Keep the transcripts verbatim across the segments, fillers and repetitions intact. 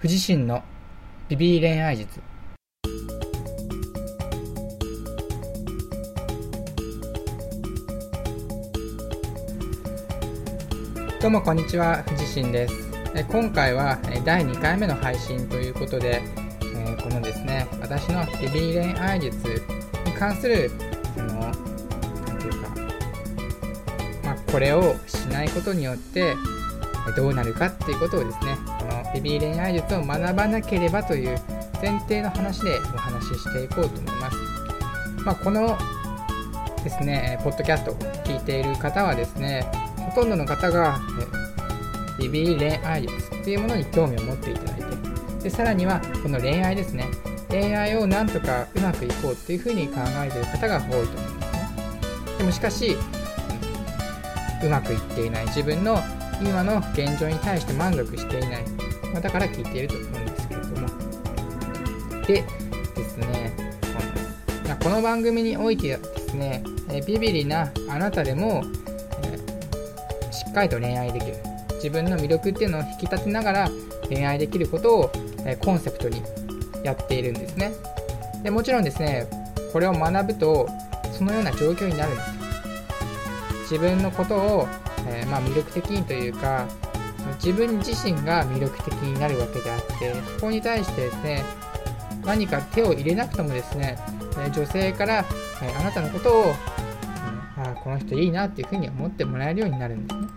不自身のビビり恋愛術。どうもこんにちは、不自身です。今回はだいにかいめの配信ということで、このですね、私のビビり恋愛術に関するそのなんていうか、まあ、これをしないことによってどうなるかっていうことをですね、このビビり恋愛術を学ばなければという前提の話でお話ししていこうと思います。まあ、このですね、ポッドキャストを聞いている方はですね、ほとんどの方がビビり恋愛術っていうものに興味を持っていただいて、でさらにはこの恋愛ですね、恋愛をなんとかうまくいこうっていうふうに考えている方が多いと思うんですね。でもしかしうまくいっていない、自分の今の現状に対して満足していない、まあ、だから聞いていると思うんですけれども、でですね、この、この番組においてはですね、えビビりなあなたでも、えー、しっかりと恋愛できる、自分の魅力っていうのを引き立てながら恋愛できることを、えー、コンセプトにやっているんですね。でもちろんですね、これを学ぶとそのような状況になるんですよ。自分のことを、えーまあ、魅力的にというか、自分自身が魅力的になるわけであって、そこに対してですね、何か手を入れなくともですね、女性から、えー、あなたのことを、うん、あこの人いいなっていうふうに思ってもらえるようになるんですね。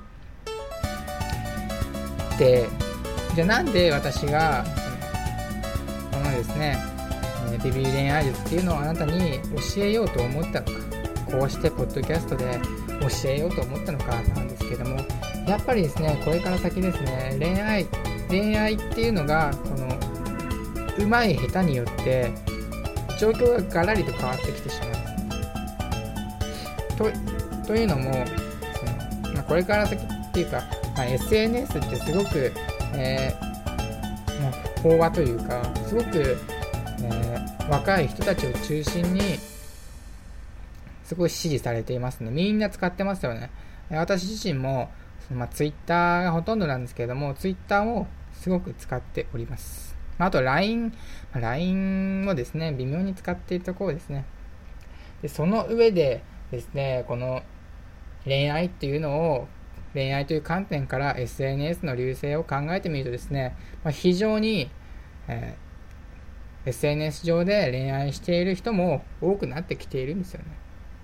で、じゃあなんで私がこのですね、ビビり恋愛術っていうのをあなたに教えようと思ったのか、こうしてポッドキャストで教えようと思ったのかなんですけども、やっぱりですね、これから先ですね、恋愛恋愛っていうのがこの上手い下手によって状況がガラリと変わってきてしまうんですね。と、というのもその、まあ、これから先っていうか、まあ、エスエヌエス ってすごく、えーまあ、飽和というか、すごく、えー、若い人たちを中心にすごい支持されていますね。みんな使ってますよね。私自身も、まあ、Twitter がほとんどなんですけれども、Twitter もすごく使っております。あと ライン、ライン もですね、微妙に使っているところですね。で、その上でですね、この恋愛っていうのを、恋愛という観点から エスエヌエス の隆盛を考えてみるとですね、まあ、非常に、えー、エスエヌエス 上で恋愛している人も多くなってきているんですよね。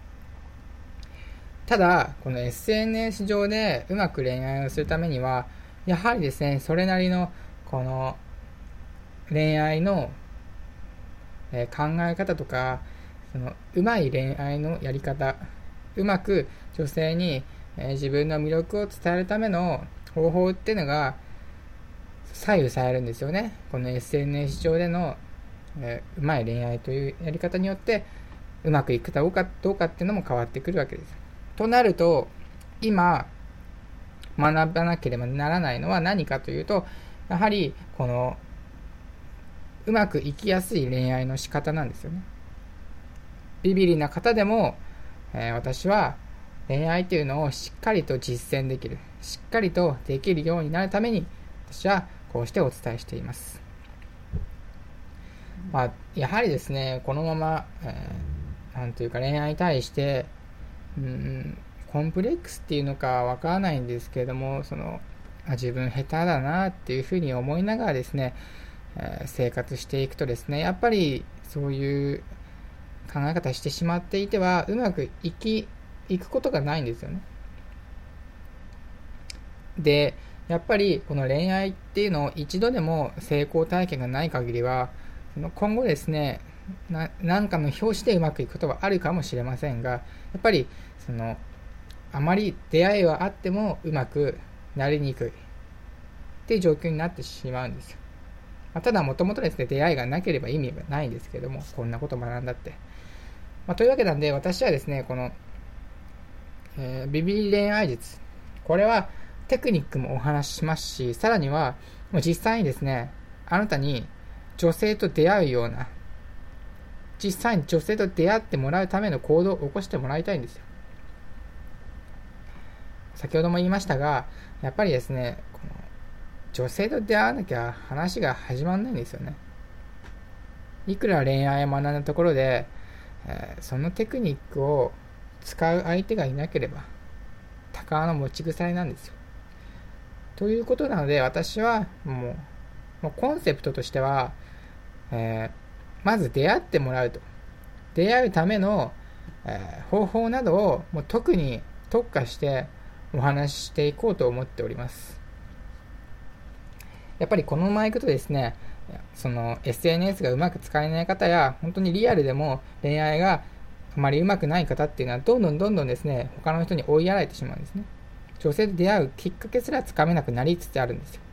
ただ、この エスエヌエス 上でうまく恋愛をするためには、やはりですね、それなりのこの恋愛の、えー、考え方とか、そのうまい恋愛のやり方、うまく女性に、えー、自分の魅力を伝えるための方法っていうのが左右されるんですよね。この エスエヌエス 上での、えー、うまい恋愛というやり方によってうまくいくかどうかどうかっていうのも変わってくるわけです。となると、今学ばなければならないのは何かというと、やはりこのうまくいきやすい恋愛の仕方なんですよね。ビビりな方でも、えー、私は恋愛というのをしっかりと実践できる、しっかりとできるようになるために、私はこうしてお伝えしています。まあ、やはりですね、このまま、えー、なんというか恋愛に対してうーんコンプレックスっていうのかわからないんですけれども、そのあ自分下手だなっていうふうに思いながらですね、えー、生活していくとですね、やっぱりそういう考え方してしまっていてはうまくいきいくことがないんですよね。で、やっぱりこの恋愛っていうのを一度でも成功体験がない限りは、その今後ですね、な何かの表紙でうまくいくことはあるかもしれませんが、やっぱりそのあまり出会いはあってもうまくなりにくいっていう状況になってしまうんですよ。まあ、ただもともとですね、出会いがなければ意味がないんですけども、こんなこと学んだって、まあ、というわけなんで、私はですね、この、えー、ビビり恋愛術、これはテクニックもお話ししますし、さらにはもう実際にですね、あなたに女性と出会うような、実際に女性と出会ってもらうための行動を起こしてもらいたいんですよ。先ほども言いましたが、やっぱりですね、この女性と出会わなきゃ話が始まんないんですよね。いくら恋愛を学んだところで、えー、そのテクニックを使う相手がいなければ鷹の持ち腐れなんですよ。ということなので、私はもう、もうコンセプトとしては、えー、まず出会ってもらうと。出会うための、えー、方法などをもう特に特化してお話ししていこうと思っております。やっぱりこのままいくとですね、その エスエヌエス がうまく使えない方や、本当にリアルでも恋愛があまりうまくない方っていうのは、どんどんどんどんですね、他の人に追いやられてしまうんですね。女性と出会うきっかけすらつかめなくなりつつあるんですよ。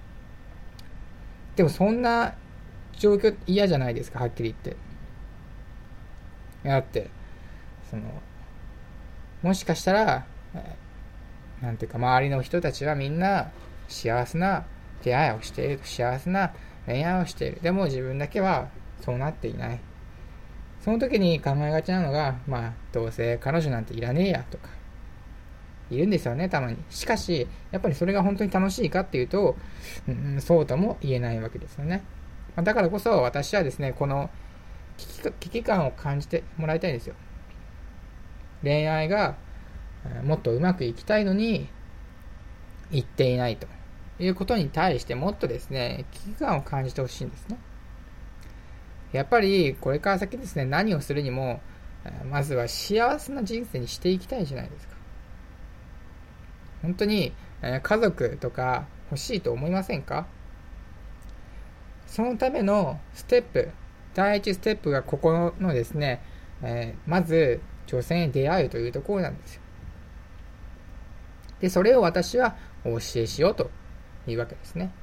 でもそんな状況嫌じゃないですか、はっきり言って。だってそのもしかしたら、なんていうか、周りの人たちはみんな幸せな出会いをしている、幸せな恋愛をしている。でも自分だけはそうなっていない。その時に考えがちなのが、まあどうせ彼女なんていらねえやとかいるんですよね、たまに。しかしやっぱりそれが本当に楽しいかっていうと、うん、そうとも言えないわけですよね。だからこそ私はですね、この危機、危機感を感じてもらいたいんですよ。恋愛がもっとうまくいきたいのにいっていないということに対してもっとですね、危機感を感じてほしいんですね。やっぱりこれから先ですね、何をするにもまずは幸せな人生にしていきたいじゃないですか。本当に家族とか欲しいと思いませんか？そのためのステップ、第一ステップがここのですね、えー、まず女性に出会うというところなんですよ。で、それを私はお教えしようというわけですね。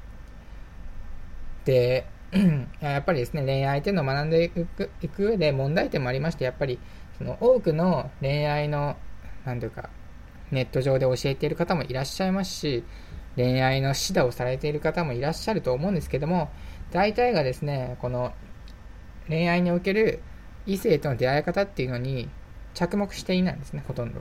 で、やっぱりですね、恋愛というのを学んでいく、いく上で問題点もありまして、やっぱりその多くの恋愛の、なんていうか、ネット上で教えている方もいらっしゃいますし、恋愛の指導をされている方もいらっしゃると思うんですけども、大体がですね、この恋愛における異性との出会い方っていうのに着目していないんですね、ほとんど。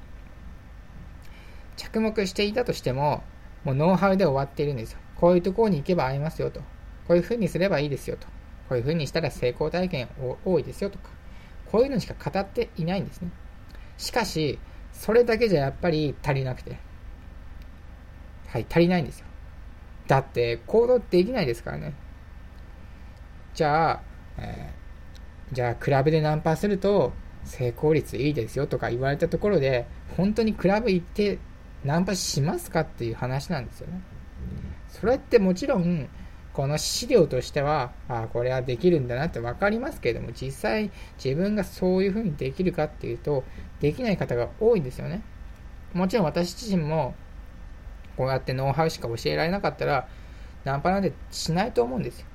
着目していたとしても、もうノウハウで終わっているんですよ。こういうところに行けば会えますよと。こういう風にすればいいですよと。こういう風にしたら成功体験多いですよとか。こういうのしか語っていないんですね。しかし、それだけじゃやっぱり足りなくて。はい、足りないんですよ。だって行動できないですからね。じゃあ、えー、じゃあクラブでナンパすると成功率いいですよとか言われたところで、本当にクラブ行ってナンパしますかっていう話なんですよね。それってもちろんこの資料としては、ああこれはできるんだなって分かりますけれども、実際自分がそういうふうにできるかっていうとできない方が多いんですよね。もちろん私自身もこうやってノウハウしか教えられなかったらナンパなんてしないと思うんですよ。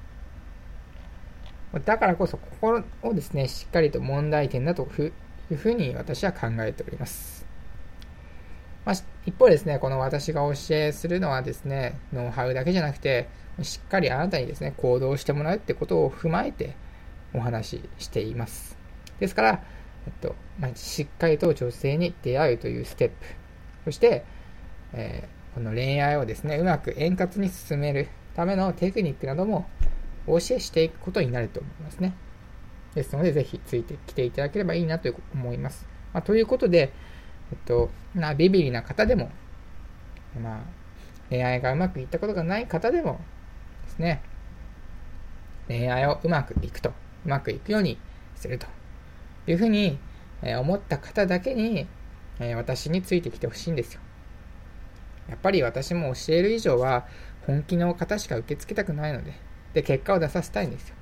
だからこそここをですね、しっかりと問題点だというふうに私は考えております。まあ、一方ですね、この私が教えするのはですね、ノウハウだけじゃなくて、しっかりあなたにですね、行動してもらうってことを踏まえてお話ししています。ですから、えっとまあ、しっかりと女性に出会うというステップ、そして、えー、この恋愛をですね、うまく円滑に進めるためのテクニックなどもお教えしていくことになると思いますね。ですので、ぜひついてきていただければいいなと思います。まあ、ということで、えっと、まあ、ビビリな方でも、まあ、恋愛がうまくいったことがない方でもですね、恋愛をうまくいくと、うまくいくようにするというふうに思った方だけに、私についてきてほしいんですよ。やっぱり私も教える以上は本気の方しか受け付けたくないので、で、結果を出させたいんですよ。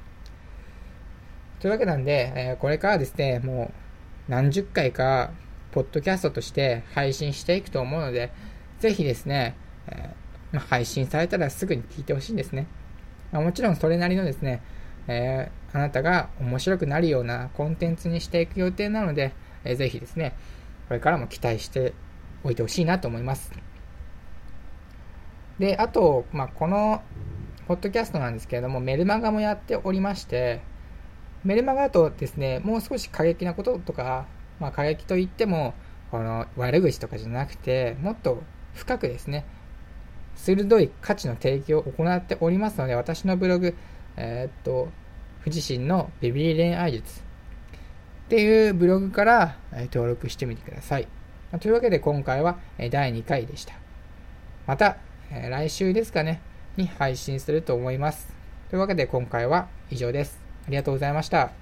というわけなんで、これからですね、もう何十回かポッドキャストとして配信していくと思うので、ぜひですね、えー、配信されたらすぐに聞いてほしいんですね。まあ、もちろんそれなりのですね、えー、あなたが面白くなるようなコンテンツにしていく予定なので、えー、ぜひですね、これからも期待しておいてほしいなと思います。で、あと、まあ、このポッドキャストなんですけれども、メルマガもやっておりまして、メルマガだとですね、もう少し過激なこととか、まあ、過激といってもこの悪口とかじゃなくて、もっと深くですね、 鋭い価値の提供を行っておりますので、私のブログ、えー、っと、富士心のビビリ恋愛術っていうブログから、えー、登録してみてください。まあ、というわけで今回は、えー、だいにかいでした。また、えー、来週ですかね、に配信すると思います。というわけで今回は以上です。ありがとうございました。